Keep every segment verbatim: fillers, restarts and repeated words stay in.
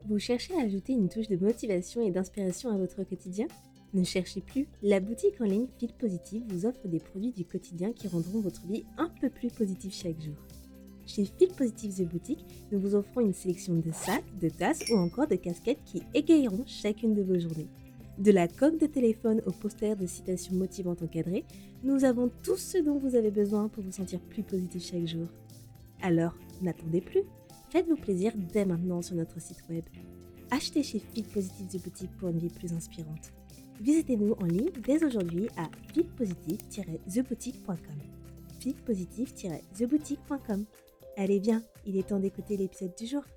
Vous cherchez à ajouter une touche de motivation et d'inspiration à votre quotidien? Ne cherchez plus, la boutique en ligne Feel Positive vous offre des produits du quotidien qui rendront votre vie un peu plus positive chaque jour. Chez Feel Positive The Boutique, nous vous offrons une sélection de sacs, de tasses ou encore de casquettes qui égayeront chacune de vos journées. De la coque de téléphone au poster de citations motivantes encadrées, nous avons tout ce dont vous avez besoin pour vous sentir plus positif chaque jour. Alors, n'attendez plus, faites-vous plaisir dès maintenant sur notre site web. Achetez chez Feel Positive The Boutique pour une vie plus inspirante. Visitez-nous en ligne dès aujourd'hui à feel positive tiret the boutique point com. feel positive tiret the boutique point com. Allez bien, il est temps d'écouter l'épisode du jour.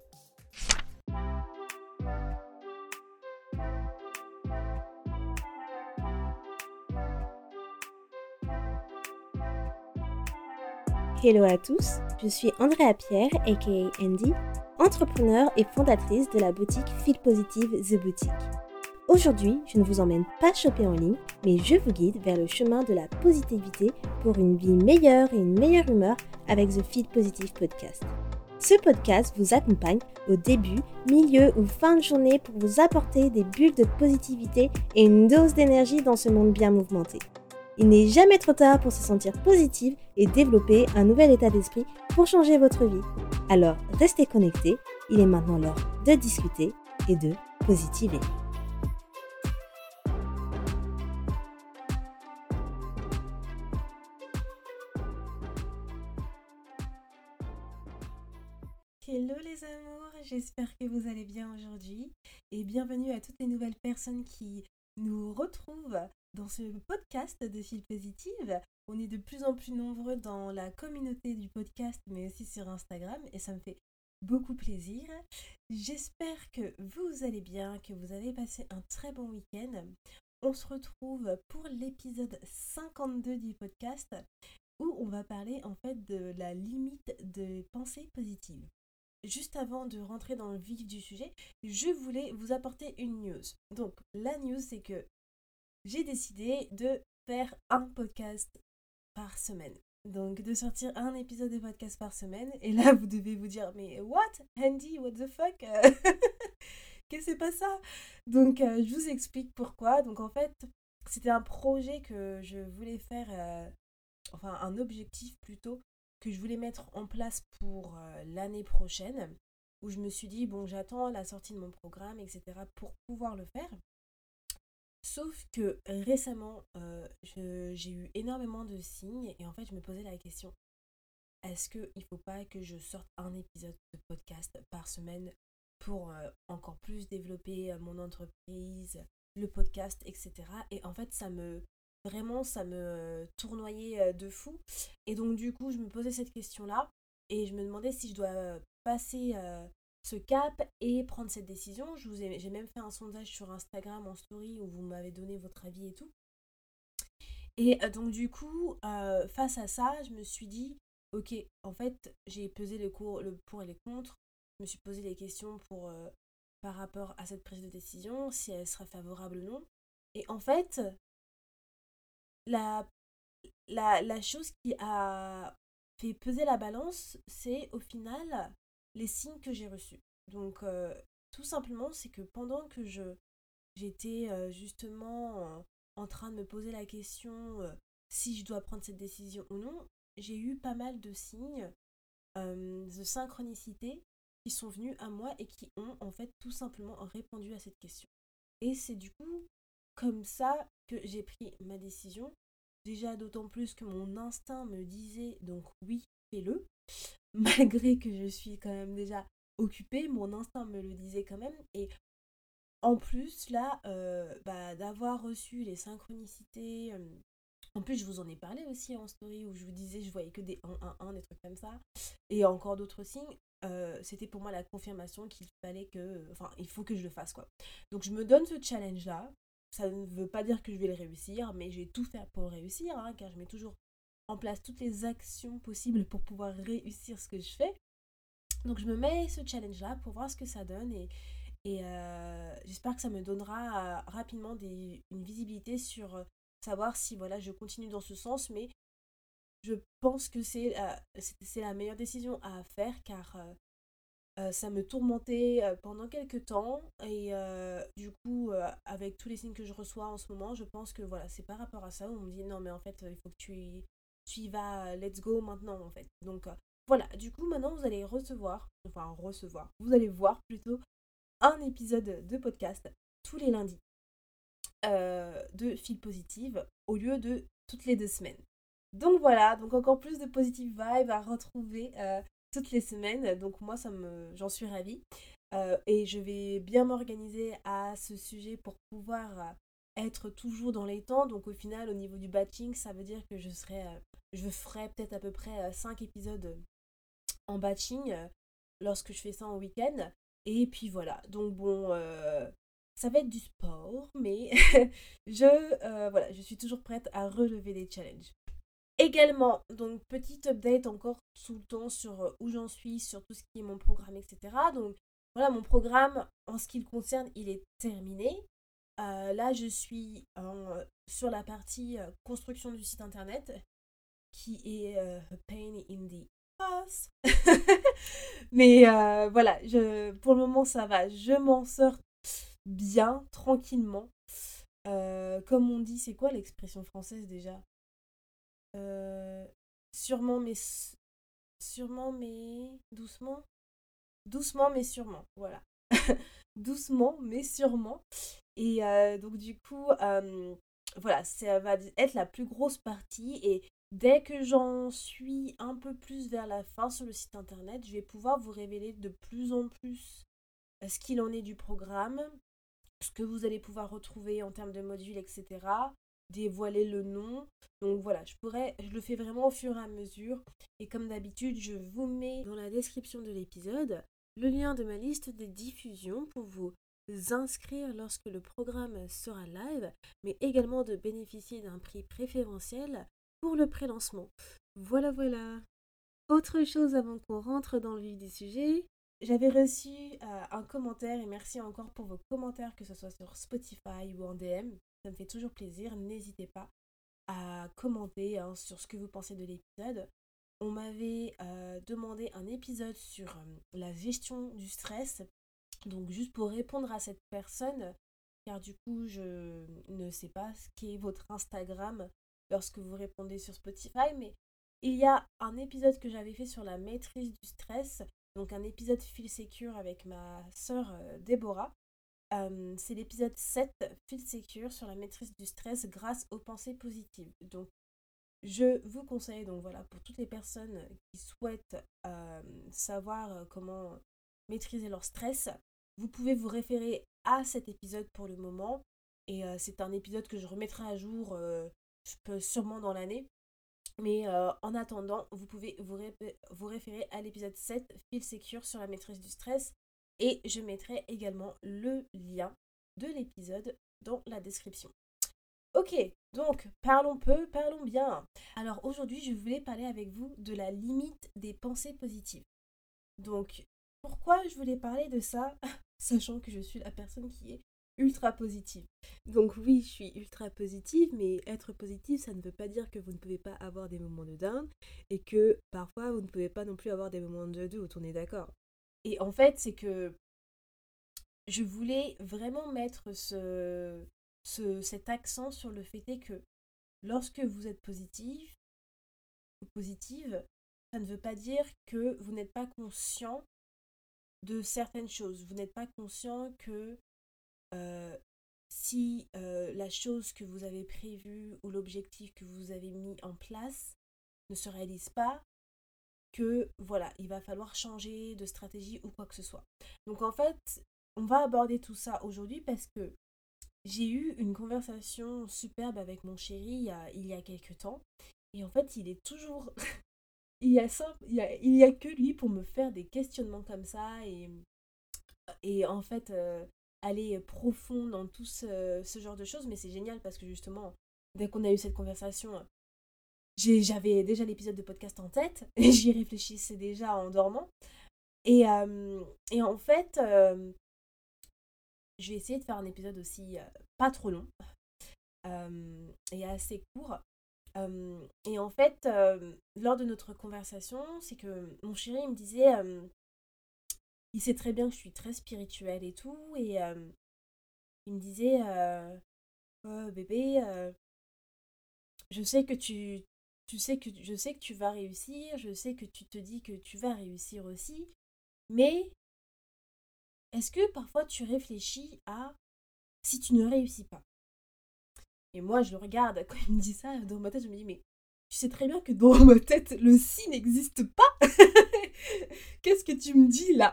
Hello à tous, je suis Andrea Pierre aka Andy, entrepreneur et fondatrice de la boutique Feel Positive The Boutique. Aujourd'hui, je ne vous emmène pas shopper en ligne, mais je vous guide vers le chemin de la positivité pour une vie meilleure et une meilleure humeur avec The Feel Positive Podcast. Ce podcast vous accompagne au début, milieu ou fin de journée pour vous apporter des bulles de positivité et une dose d'énergie dans ce monde bien mouvementé. Il n'est jamais trop tard pour se sentir positive et développer un nouvel état d'esprit pour changer votre vie. Alors, restez connectés, il est maintenant l'heure de discuter et de positiver. Hello les amours, j'espère que vous allez bien aujourd'hui et bienvenue à toutes les nouvelles personnes qui nous retrouvent dans ce podcast de Feel Positive. On est de plus en plus nombreux dans la communauté du podcast mais aussi sur Instagram et ça me fait beaucoup plaisir. J'espère que vous allez bien, que vous avez passé un très bon week-end. On se retrouve pour l'épisode cinquante-deux du podcast où on va parler en fait de la limite des pensées positives. Juste avant de rentrer dans le vif du sujet, je voulais vous apporter une news. Donc, la news, c'est que j'ai décidé de faire un podcast par semaine. Donc, de sortir un épisode de podcast par semaine. Et là, vous devez vous dire, mais what? Andy, what the fuck? Qu'est-ce que c'est pas ça? Donc, euh, je vous explique pourquoi. Donc, en fait, c'était un projet que je voulais faire, euh, enfin, un objectif plutôt, que je voulais mettre en place pour euh, l'année prochaine, où je me suis dit, bon, j'attends la sortie de mon programme, et cetera, pour pouvoir le faire. Sauf que récemment, euh, je, j'ai eu énormément de signes, et en fait, je me posais la question, est-ce qu'il ne faut pas que je sorte un épisode de podcast par semaine pour euh, encore plus développer euh, mon entreprise, le podcast, et cetera. Et en fait, ça me... Vraiment, ça me tournoyait de fou. Et donc, du coup, je me posais cette question-là. Et je me demandais si je dois passer euh, ce cap et prendre cette décision. Je vous ai, j'ai même fait un sondage sur Instagram en story où vous m'avez donné votre avis et tout. Et euh, donc, du coup, euh, face à ça, je me suis dit, ok, en fait, j'ai pesé le, cours, le pour et les contre. Je me suis posé les questions pour, euh, par rapport à cette prise de décision, si elle serait favorable ou non. Et en fait... La, la, la chose qui a fait peser la balance, c'est au final les signes que j'ai reçus. Donc, euh, tout simplement, c'est que pendant que je, j'étais euh, justement euh, en train de me poser la question euh, si je dois prendre cette décision ou non, j'ai eu pas mal de signes euh, de synchronicité qui sont venus à moi et qui ont en fait tout simplement répondu à cette question. Et c'est du coup comme ça que j'ai pris ma décision. Déjà d'autant plus que mon instinct me disait donc oui, fais-le. Malgré que je suis quand même déjà occupée, mon instinct me le disait quand même. Et en plus là, euh, bah, d'avoir reçu les synchronicités... Euh, en plus, je vous en ai parlé aussi en story où je vous disais je voyais que des un un un, des trucs comme ça. Et encore d'autres signes. Euh, c'était pour moi la confirmation qu'il fallait que... Enfin, il faut que je le fasse quoi. Donc je me donne ce challenge-là. Ça ne veut pas dire que je vais le réussir, mais je vais tout faire pour réussir, hein, car je mets toujours en place toutes les actions possibles pour pouvoir réussir ce que je fais. Donc je me mets ce challenge-là pour voir ce que ça donne et, et euh, j'espère que ça me donnera euh, rapidement des, une visibilité sur euh, savoir si voilà, je continue dans ce sens, mais je pense que c'est, euh, c'est, c'est la meilleure décision à faire car euh, Euh, ça me tourmentait euh, pendant quelques temps et euh, du coup, euh, avec tous les signes que je reçois en ce moment, je pense que voilà, c'est par rapport à ça où on me dit non, mais en fait, euh, il faut que tu y, tu y vas, euh, let's go maintenant en fait. Donc euh, voilà, du coup, maintenant vous allez recevoir, enfin recevoir, vous allez voir plutôt un épisode de podcast tous les lundis euh, de fil positive au lieu de toutes les deux semaines. Donc voilà, donc encore plus de positive vibe à retrouver euh, toutes les semaines. Donc moi, ça me, j'en suis ravie. Euh, et je vais bien m'organiser à ce sujet pour pouvoir euh, être toujours dans les temps. Donc au final, au niveau du batching, ça veut dire que je serai, euh, je ferai peut-être à peu près cinq épisodes en batching euh, lorsque je fais ça en week-end. Et puis voilà, donc bon, euh, ça va être du sport, mais je, euh, voilà, je suis toujours prête à relever les challenges. Également, donc petite update encore tout le temps sur euh, où j'en suis, sur tout ce qui est mon programme, et cetera. Donc voilà, mon programme, en ce qui le concerne, il est terminé. Euh, là, je suis en, euh, sur la partie euh, construction du site internet, qui est euh, a pain in the ass. Mais euh, voilà, je, pour le moment, ça va. Je m'en sors bien, tranquillement. Euh, comme on dit, c'est quoi l'expression française déjà? Euh, sûrement, mais s- sûrement, mais doucement. Doucement, mais sûrement. Voilà. Doucement, mais sûrement. Et euh, donc, du coup, euh, voilà, ça va être la plus grosse partie. Et dès que j'en suis un peu plus vers la fin sur le site internet, je vais pouvoir vous révéler de plus en plus euh, ce qu'il en est du programme, ce que vous allez pouvoir retrouver en termes de modules, et cetera. Dévoiler le nom. Donc voilà, je pourrais, je le fais vraiment au fur et à mesure. Et comme d'habitude, je vous mets dans la description de l'épisode le lien de ma liste de diffusion pour vous inscrire lorsque le programme sera live, mais également de bénéficier d'un prix préférentiel pour le pré-lancement. Voilà, voilà. Autre chose avant qu'on rentre dans le vif du sujet, j'avais reçu euh, un commentaire et merci encore pour vos commentaires, que ce soit sur Spotify ou en D M. Ça me fait toujours plaisir. N'hésitez pas à commenter hein, sur ce que vous pensez de l'épisode. On m'avait euh, demandé un épisode sur euh, la gestion du stress. Donc juste pour répondre à cette personne, car du coup je ne sais pas ce qu'est votre Instagram lorsque vous répondez sur Spotify, mais il y a un épisode que j'avais fait sur la maîtrise du stress, donc un épisode Feel Secure avec ma sœur euh, Déborah. Euh, c'est l'épisode sept, Feel Secure sur la maîtrise du stress grâce aux pensées positives. Donc je vous conseille, donc voilà, pour toutes les personnes qui souhaitent euh, savoir euh, comment maîtriser leur stress, vous pouvez vous référer à cet épisode pour le moment. Et euh, c'est un épisode que je remettrai à jour, euh, je peux sûrement dans l'année. Mais euh, en attendant, vous pouvez vous, ré- vous référer à l'épisode sept, Feel Secure sur la maîtrise du stress. Et je mettrai également le lien de l'épisode dans la description. Ok, donc parlons peu, parlons bien. Alors aujourd'hui, je voulais parler avec vous de la limite des pensées positives. Donc, pourquoi je voulais parler de ça, sachant que je suis la personne qui est ultra positive. Donc oui, je suis ultra positive, mais être positive, ça ne veut pas dire que vous ne pouvez pas avoir des moments de down et que parfois vous ne pouvez pas non plus avoir des moments de doute, on est d'accord. Et en fait, c'est que je voulais vraiment mettre ce, ce, cet accent sur le fait est que lorsque vous êtes positif ou positive, ça ne veut pas dire que vous n'êtes pas conscient de certaines choses. Vous n'êtes pas conscient que euh, si euh, la chose que vous avez prévue ou l'objectif que vous avez mis en place ne se réalise pas, que voilà, il va falloir changer de stratégie ou quoi que ce soit. Donc en fait, on va aborder tout ça aujourd'hui parce que j'ai eu une conversation superbe avec mon chéri il y a, il y a quelques temps. Et en fait, il est toujours... il y a ça, il y a, il y a que lui pour me faire des questionnements comme ça et, et en fait euh, aller profond dans tout ce, ce genre de choses. Mais c'est génial parce que justement, dès qu'on a eu cette conversation, j'ai, j'avais déjà l'épisode de podcast en tête et j'y réfléchissais déjà en dormant. Et, euh, et en fait, euh, je vais essayer de faire un épisode aussi euh, pas trop long euh, et assez court. Euh, et en fait, euh, lors de notre conversation, c'est que mon chéri il me disait, euh, il sait très bien que je suis très spirituelle et tout. Et euh, il me disait, euh, Oh, bébé, euh, je sais que tu, tu sais que, je sais que tu vas réussir, je sais que tu te dis que tu vas réussir aussi, mais est-ce que parfois tu réfléchis à si tu ne réussis pas? Et moi, je le regarde, quand il me dit ça, dans ma tête, je me dis, mais tu sais très bien que dans ma tête, le si n'existe pas. Qu'est-ce que tu me dis là?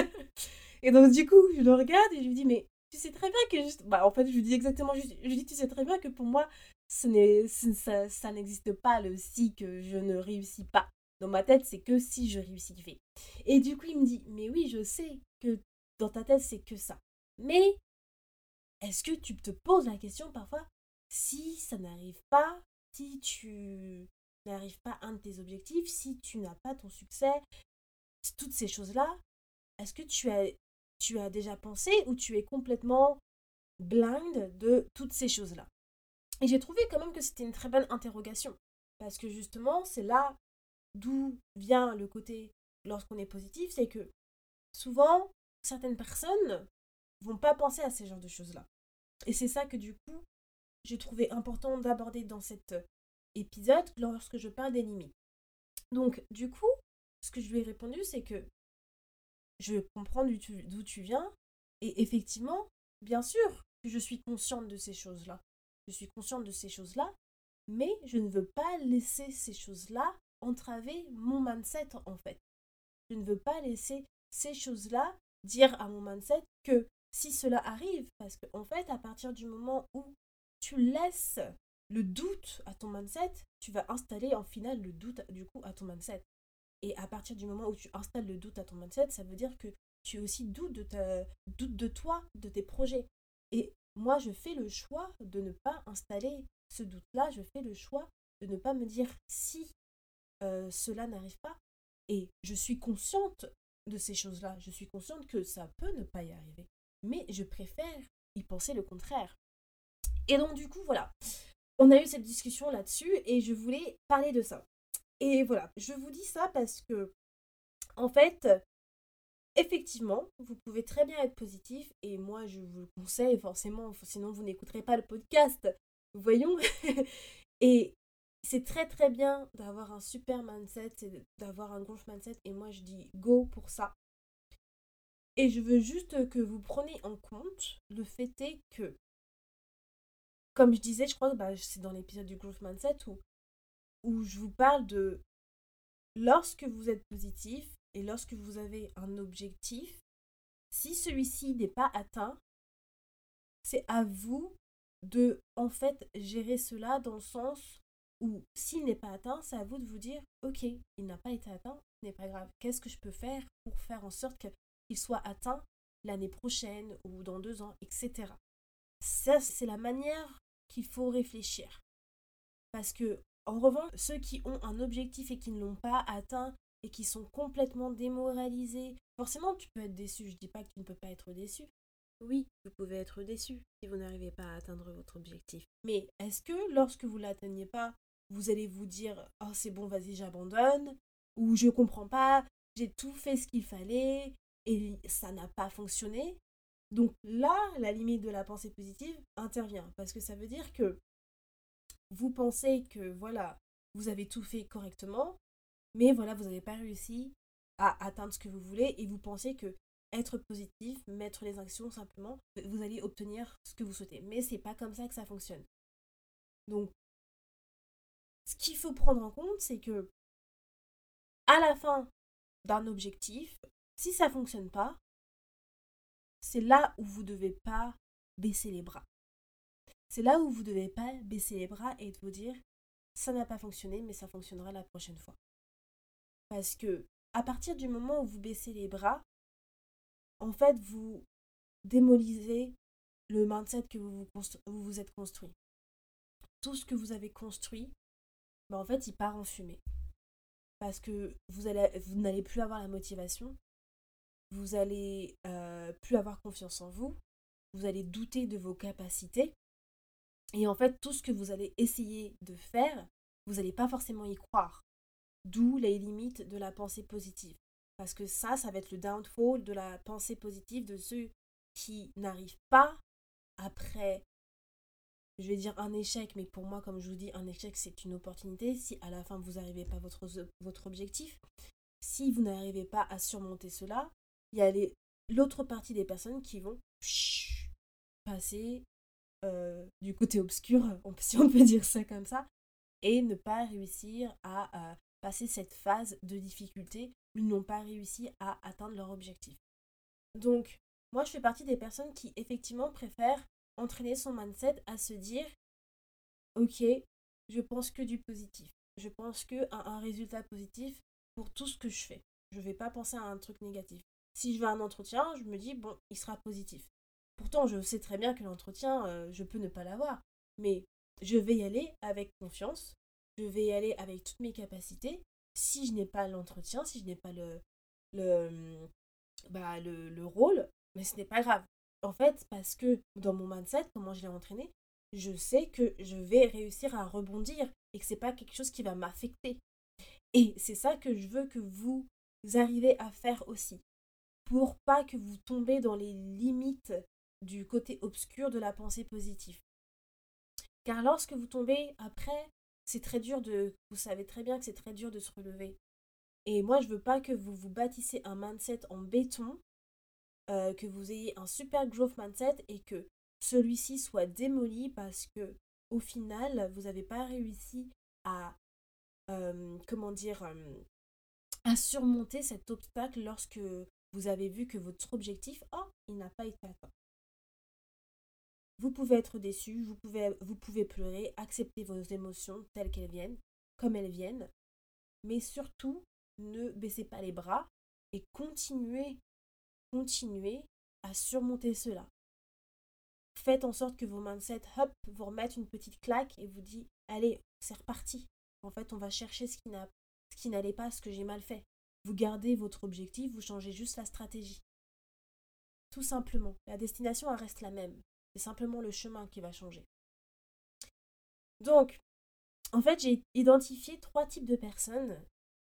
Et donc, du coup, je le regarde et je lui dis, mais tu sais très bien que juste. Bah, en fait, je lui dis exactement juste. Je lui dis, tu sais très bien que pour moi, ce n'est, ce- ça, ça n'existe pas le si que je ne réussis pas. Dans ma tête, c'est que si je réussis, tu fais. Et du coup, il me dit, mais oui, je sais que dans ta tête, c'est que ça. Mais est-ce que tu te poses la question parfois, si ça n'arrive pas, si tu n'arrives pas à un de tes objectifs, si tu n'as pas ton succès, toutes ces choses-là, est-ce que tu as, tu as déjà pensé ou tu es complètement blind de toutes ces choses-là? Et j'ai trouvé quand même que c'était une très bonne interrogation. Parce que justement, c'est là d'où vient le côté, lorsqu'on est positif, c'est que souvent, certaines personnes vont pas penser à ces genres de choses-là. Et c'est ça que du coup, j'ai trouvé important d'aborder dans cet épisode lorsque je parle des limites. Donc, du coup, ce que je lui ai répondu, c'est que je comprends d'où tu, d'où tu viens. Et effectivement, bien sûr que je suis consciente de ces choses-là. Je suis consciente de ces choses-là, mais je ne veux pas laisser ces choses-là entraver mon mindset, en fait. Je ne veux pas laisser ces choses-là dire à mon mindset que si cela arrive, parce qu'en en fait, à partir du moment où tu laisses le doute à ton mindset, tu vas installer en final le doute du coup à ton mindset. Et à partir du moment où tu installes le doute à ton mindset, ça veut dire que tu aussi doutes de, ta, doutes de toi, de tes projets. Et moi, je fais le choix de ne pas installer ce doute-là. Je fais le choix de ne pas me dire si euh, cela n'arrive pas. Et je suis consciente de ces choses-là. Je suis consciente que ça peut ne pas y arriver. Mais je préfère y penser le contraire. Et donc, du coup, voilà. On a eu cette discussion là-dessus et je voulais parler de ça. Et voilà, je vous dis ça parce que, en fait, effectivement, vous pouvez très bien être positif et moi, je vous le conseille forcément, sinon vous n'écouterez pas le podcast. Voyons. Et c'est très très bien d'avoir un super mindset, c'est d'avoir un growth mindset et moi je dis go pour ça. Et je veux juste que vous preniez en compte le fait est que, comme je disais, je crois que bah, c'est dans l'épisode du growth mindset où, où je vous parle de lorsque vous êtes positif et lorsque vous avez un objectif, si celui-ci n'est pas atteint, c'est à vous de en fait gérer cela dans le sens où s'il n'est pas atteint, c'est à vous de vous dire ok, il n'a pas été atteint, ce n'est pas grave. Qu'est-ce que je peux faire pour faire en sorte qu'il soit atteint l'année prochaine ou dans deux ans, et cetera. Ça, c'est la manière qu'il faut réfléchir. Parce que, en revanche, ceux qui ont un objectif et qui ne l'ont pas atteint et qui sont complètement démoralisés, forcément, tu peux être déçu. Je dis pas que tu ne peux pas être déçu. Oui, vous pouvez être déçu si vous n'arrivez pas à atteindre votre objectif. Mais est-ce que lorsque vous ne l'atteignez pas, vous allez vous dire oh c'est bon, vas-y, j'abandonne ou je comprends pas, j'ai tout fait ce qu'il fallait et ça n'a pas fonctionné. Donc là, la limite de la pensée positive intervient parce que ça veut dire que vous pensez que voilà, vous avez tout fait correctement, mais voilà, vous n'avez pas réussi à atteindre ce que vous voulez et vous pensez que être positif, mettre les actions simplement, vous allez obtenir ce que vous souhaitez. Mais c'est pas comme ça que ça fonctionne. Donc, ce qu'il faut prendre en compte, c'est que à la fin d'un objectif, si ça fonctionne pas, c'est là où vous devez pas baisser les bras. C'est là où vous devez pas baisser les bras et vous dire ça n'a pas fonctionné, mais ça fonctionnera la prochaine fois. Parce que à partir du moment où vous baissez les bras, en fait, vous démolisez le mindset que vous vous, constru- vous, vous êtes construit. Tout ce que vous avez construit, ben en fait, il part en fumée. Parce que vous, allez, vous n'allez plus avoir la motivation, vous allez euh, plus avoir confiance en vous, vous allez douter de vos capacités. Et en fait, tout ce que vous allez essayer de faire, vous n'allez pas forcément y croire. D'où les limites de la pensée positive. Parce que ça, ça va être le downfall de la pensée positive de ceux qui n'arrivent pas après, je vais dire un échec, mais pour moi, comme je vous dis, un échec, c'est une opportunité. Si à la fin, vous n'arrivez pas à votre, votre objectif, si vous n'arrivez pas à surmonter cela, il y a les, l'autre partie des personnes qui vont passer euh, du côté obscur, si on peut dire ça comme ça, et ne pas réussir à euh, passer cette phase de difficulté où ils n'ont pas réussi à atteindre leur objectif. Donc, moi, je fais partie des personnes qui, effectivement, préfèrent entraîner son mindset à se dire « Ok, je pense que du positif. Je pense que à un résultat positif pour tout ce que je fais. Je ne vais pas penser à un truc négatif. Si je vais à un entretien, je me dis « Bon, il sera positif. » Pourtant, je sais très bien que l'entretien, euh, je peux ne pas l'avoir. Mais je vais y aller avec confiance. Je vais y aller avec toutes mes capacités. Si je n'ai pas l'entretien, si je n'ai pas le, le, bah, le, le rôle, mais ce n'est pas grave. En fait, parce que dans mon mindset, comment je l'ai entraîné, je sais que je vais réussir à rebondir et que c'est pas quelque chose qui va m'affecter. Et c'est ça que je veux que vous arrivez à faire aussi. Pour pas que vous tombez dans les limites du côté obscur de la pensée positive. Car lorsque vous tombez après, c'est très dur de... Vous savez très bien que c'est très dur de se relever. Et moi, je veux pas que vous vous bâtissez un mindset en béton, euh, que vous ayez un super growth mindset et que celui-ci soit démoli parce que au final, vous n'avez pas réussi à, euh, comment dire, euh, à surmonter cet obstacle lorsque vous avez vu que votre objectif, oh, il n'a pas été atteint. Vous pouvez être déçu, vous pouvez, vous pouvez pleurer, accepter vos émotions telles qu'elles viennent, comme elles viennent, mais surtout, ne baissez pas les bras et continuez, continuez à surmonter cela. Faites en sorte que vos mindsets, hop, vous remettent une petite claque et vous dit, allez, c'est reparti. En fait, on va chercher ce qui, n'a, ce qui n'allait pas, ce que j'ai mal fait. Vous gardez votre objectif, vous changez juste la stratégie. Tout simplement. La destination, elle reste la même. C'est simplement le chemin qui va changer. Donc, en fait, j'ai identifié trois types de personnes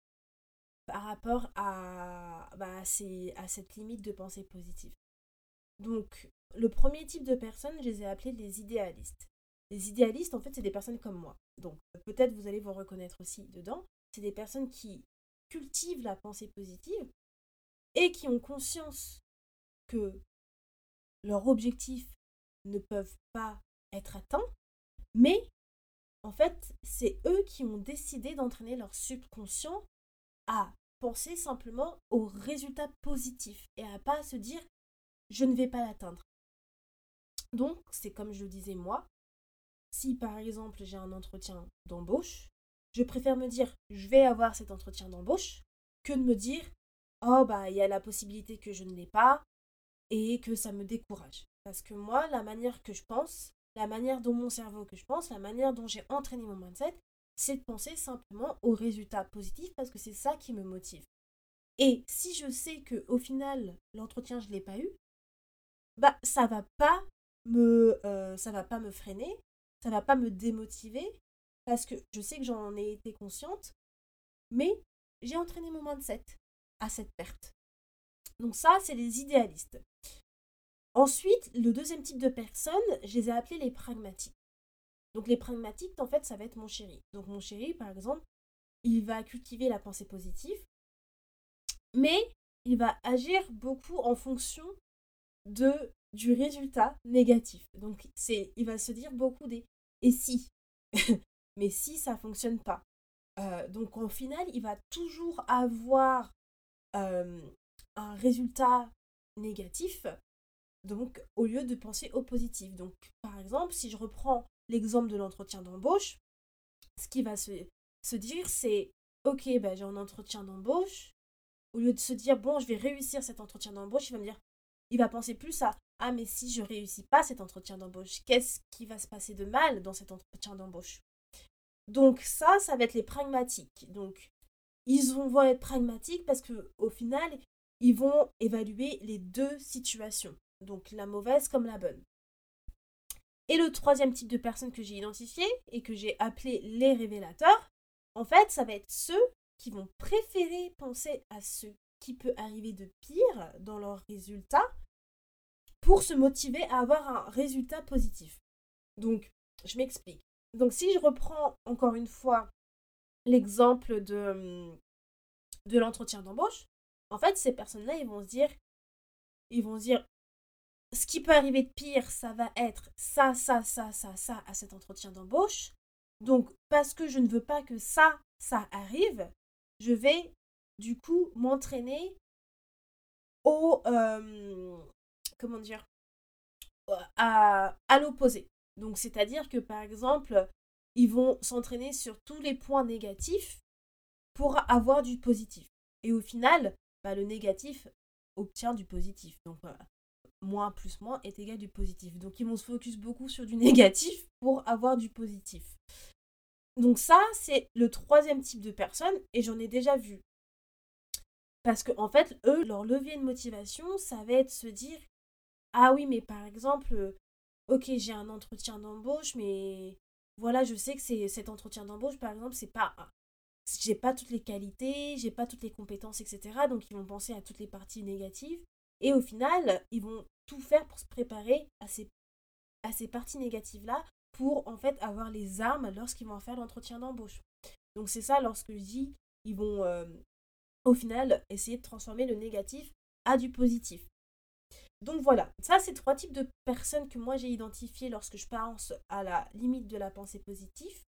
par rapport à, bah, à, ces, à cette limite de pensée positive. Donc, le premier type de personnes, je les ai appelées les idéalistes. Les idéalistes, en fait, c'est des personnes comme moi. Donc, peut-être vous allez vous reconnaître aussi dedans. C'est des personnes qui cultivent la pensée positive et qui ont conscience que leurs objectifs ne peuvent pas être atteints, mais en fait, c'est eux qui ont décidé d'entraîner leur subconscient à penser simplement aux résultats positifs et à pas se dire je ne vais pas l'atteindre. Donc, c'est comme je le disais moi, si par exemple j'ai un entretien d'embauche, je préfère me dire je vais avoir cet entretien d'embauche que de me dire oh bah il y a la possibilité que je ne l'ai pas et que ça me décourage. Parce que moi, la manière que je pense, la manière dont mon cerveau que je pense, la manière dont j'ai entraîné mon mindset, c'est de penser simplement aux résultats positifs parce que c'est ça qui me motive. Et si je sais que au final l'entretien je l'ai pas eu, bah ça va pas me euh, ça va pas me freiner, ça va pas me démotiver parce que je sais que j'en ai été consciente, mais j'ai entraîné mon mindset à cette perte. Donc ça, c'est les idéalistes. Ensuite, le deuxième type de personnes, je les ai appelés les pragmatiques. Donc les pragmatiques, en fait, ça va être mon chéri. Donc mon chéri, par exemple, il va cultiver la pensée positive, mais il va agir beaucoup en fonction de, du résultat négatif. Donc c'est, il va se dire beaucoup des « et si ?» Mais si ça ne fonctionne pas. Euh, donc au final, il va toujours avoir euh, un résultat négatif, donc au lieu de penser au positif. Donc par exemple, si je reprends l'exemple de l'entretien d'embauche, ce qui va se, se dire c'est ok, ben, j'ai un entretien d'embauche, au lieu de se dire bon je vais réussir cet entretien d'embauche, il va me dire, il va penser plus à ah mais si je réussis pas cet entretien d'embauche, qu'est-ce qui va se passer de mal dans cet entretien d'embauche? Donc ça, ça va être les pragmatiques. Donc ils vont être pragmatiques parce que au final, ils vont évaluer les deux situations. Donc la mauvaise comme la bonne. Et le troisième type de personnes que j'ai identifié et que j'ai appelé les révélateurs, en fait, ça va être ceux qui vont préférer penser à ce qui peut arriver de pire dans leurs résultats pour se motiver à avoir un résultat positif. Donc, je m'explique. Donc, si je reprends encore une fois l'exemple de, de l'entretien d'embauche, en fait, ces personnes-là, ils vont se dire, ils vont se dire, ce qui peut arriver de pire, ça va être ça, ça, ça, ça, ça à cet entretien d'embauche. Donc, parce que je ne veux pas que ça, ça arrive, je vais du coup m'entraîner au, euh, comment dire, à, à l'opposé. Donc, c'est-à-dire que par exemple, ils vont s'entraîner sur tous les points négatifs pour avoir du positif. Et au final, bah, le négatif obtient du positif. Donc, euh, moins plus moins est égal du positif. Donc, ils vont se focus beaucoup sur du négatif pour avoir du positif. Donc ça, c'est le troisième type de personnes et j'en ai déjà vu. Parce qu'en en fait, eux, leur levier de motivation, ça va être se dire « Ah oui, mais par exemple, ok, j'ai un entretien d'embauche, mais voilà, je sais que c'est cet entretien d'embauche, par exemple, c'est pas... J'ai pas toutes les qualités, j'ai pas toutes les compétences, et cetera. Donc ils vont penser à toutes les parties négatives. Et au final, ils vont tout faire pour se préparer à ces, à ces parties négatives-là pour en fait avoir les armes lorsqu'ils vont faire l'entretien d'embauche. Donc c'est ça lorsque je dis ils vont euh, au final essayer de transformer le négatif à du positif. Donc voilà, ça c'est trois types de personnes que moi j'ai identifiées lorsque je pense à la limite de la pensée positive.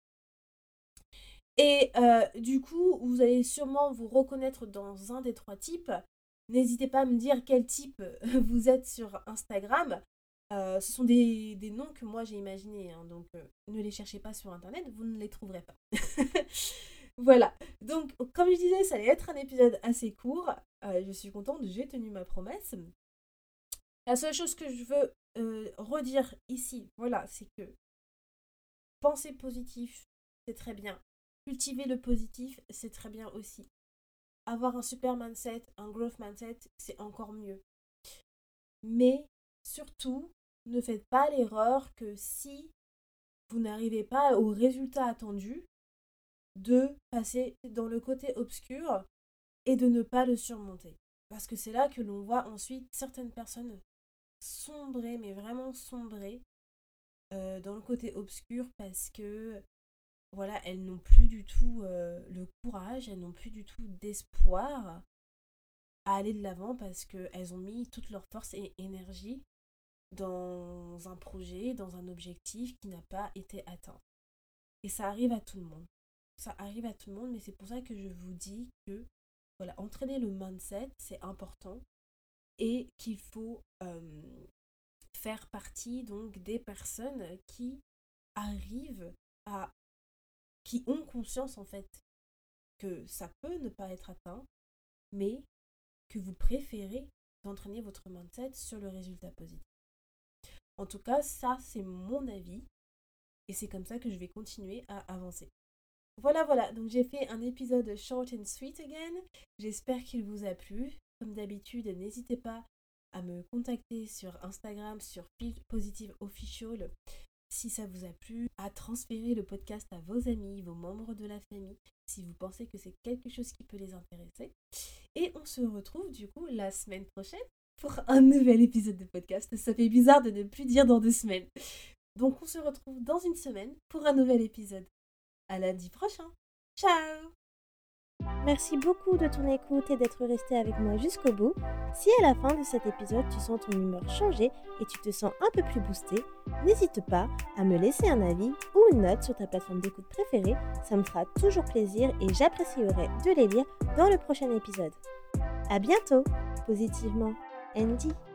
Et euh, du coup, vous allez sûrement vous reconnaître dans un des trois types. N'hésitez pas à me dire quel type vous êtes sur Instagram. Euh, ce sont des, des noms que moi j'ai imaginés, hein, donc euh, ne les cherchez pas sur internet, vous ne les trouverez pas. Voilà, donc comme je disais, ça allait être un épisode assez court. Euh, je suis contente, j'ai tenu ma promesse. La seule chose que je veux euh, redire ici, voilà, c'est que penser positif, c'est très bien. Cultiver le positif, c'est très bien aussi. Avoir un super mindset, un growth mindset, c'est encore mieux. Mais surtout, ne faites pas l'erreur que si vous n'arrivez pas au résultat attendu, de passer dans le côté obscur et de ne pas le surmonter. Parce que c'est là que l'on voit ensuite certaines personnes sombrer, mais vraiment sombrer euh, dans le côté obscur parce que voilà, elles n'ont plus du tout euh, le courage, elles n'ont plus du tout d'espoir à aller de l'avant parce qu'elles ont mis toute leur force et énergie dans un projet, dans un objectif qui n'a pas été atteint. Et ça arrive à tout le monde. Ça arrive à tout le monde, mais c'est pour ça que je vous dis que voilà, entraîner le mindset, c'est important et qu'il faut euh, faire partie donc des personnes qui arrivent à, qui ont conscience en fait que ça peut ne pas être atteint, mais que vous préférez d'entraîner votre mindset sur le résultat positif. En tout cas, ça c'est mon avis et c'est comme ça que je vais continuer à avancer. Voilà, voilà, donc j'ai fait un épisode short and sweet again. J'espère qu'il vous a plu. Comme d'habitude, n'hésitez pas à me contacter sur Instagram, sur Feel Positive Official, si ça vous a plu, à transférer le podcast à vos amis, vos membres de la famille, si vous pensez que c'est quelque chose qui peut les intéresser. Et on se retrouve du coup la semaine prochaine pour un nouvel épisode de podcast. Ça fait bizarre de ne plus dire dans deux semaines. Donc on se retrouve dans une semaine pour un nouvel épisode. À lundi prochain. Ciao! Merci beaucoup de ton écoute et d'être resté avec moi jusqu'au bout. Si à la fin de cet épisode tu sens ton humeur changer et tu te sens un peu plus boosté, n'hésite pas à me laisser un avis ou une note sur ta plateforme d'écoute préférée. Ça me fera toujours plaisir et j'apprécierai de les lire dans le prochain épisode. À bientôt! Positivement, Andy.